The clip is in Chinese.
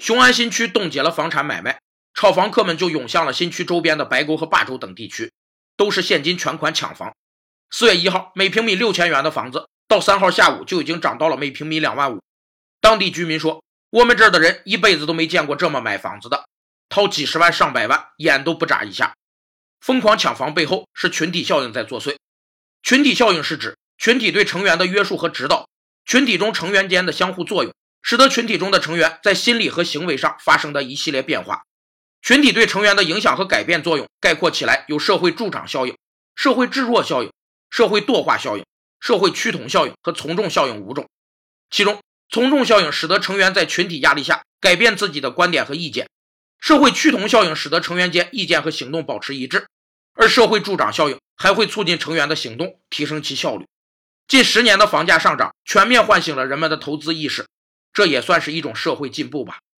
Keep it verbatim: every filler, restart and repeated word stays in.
雄安新区冻结了房产买卖，炒房客们就涌向了新区周边的白沟和霸州等地区，都是现金全款抢房。四月一号，每平米六千元的房子，到三号下午就已经涨到了每平米两万五。当地居民说，我们这儿的人一辈子都没见过这么买房子的，掏几十万上百万，眼都不眨一下。疯狂抢房背后是群体效应在作祟。群体效应是指群体对成员的约束和指导，群体中成员间的相互作用，使得群体中的成员在心理和行为上发生的一系列变化。群体对成员的影响和改变作用概括起来有社会助长效应、社会制弱效应、社会惰化效应、社会趋同效应和从众效应五种。其中从众效应使得成员在群体压力下改变自己的观点和意见，社会趋同效应使得成员间意见和行动保持一致，而社会助长效应还会促进成员的行动，提升其效率。近十年的房价上涨全面唤醒了人们的投资意识，这也算是一种社会进步吧。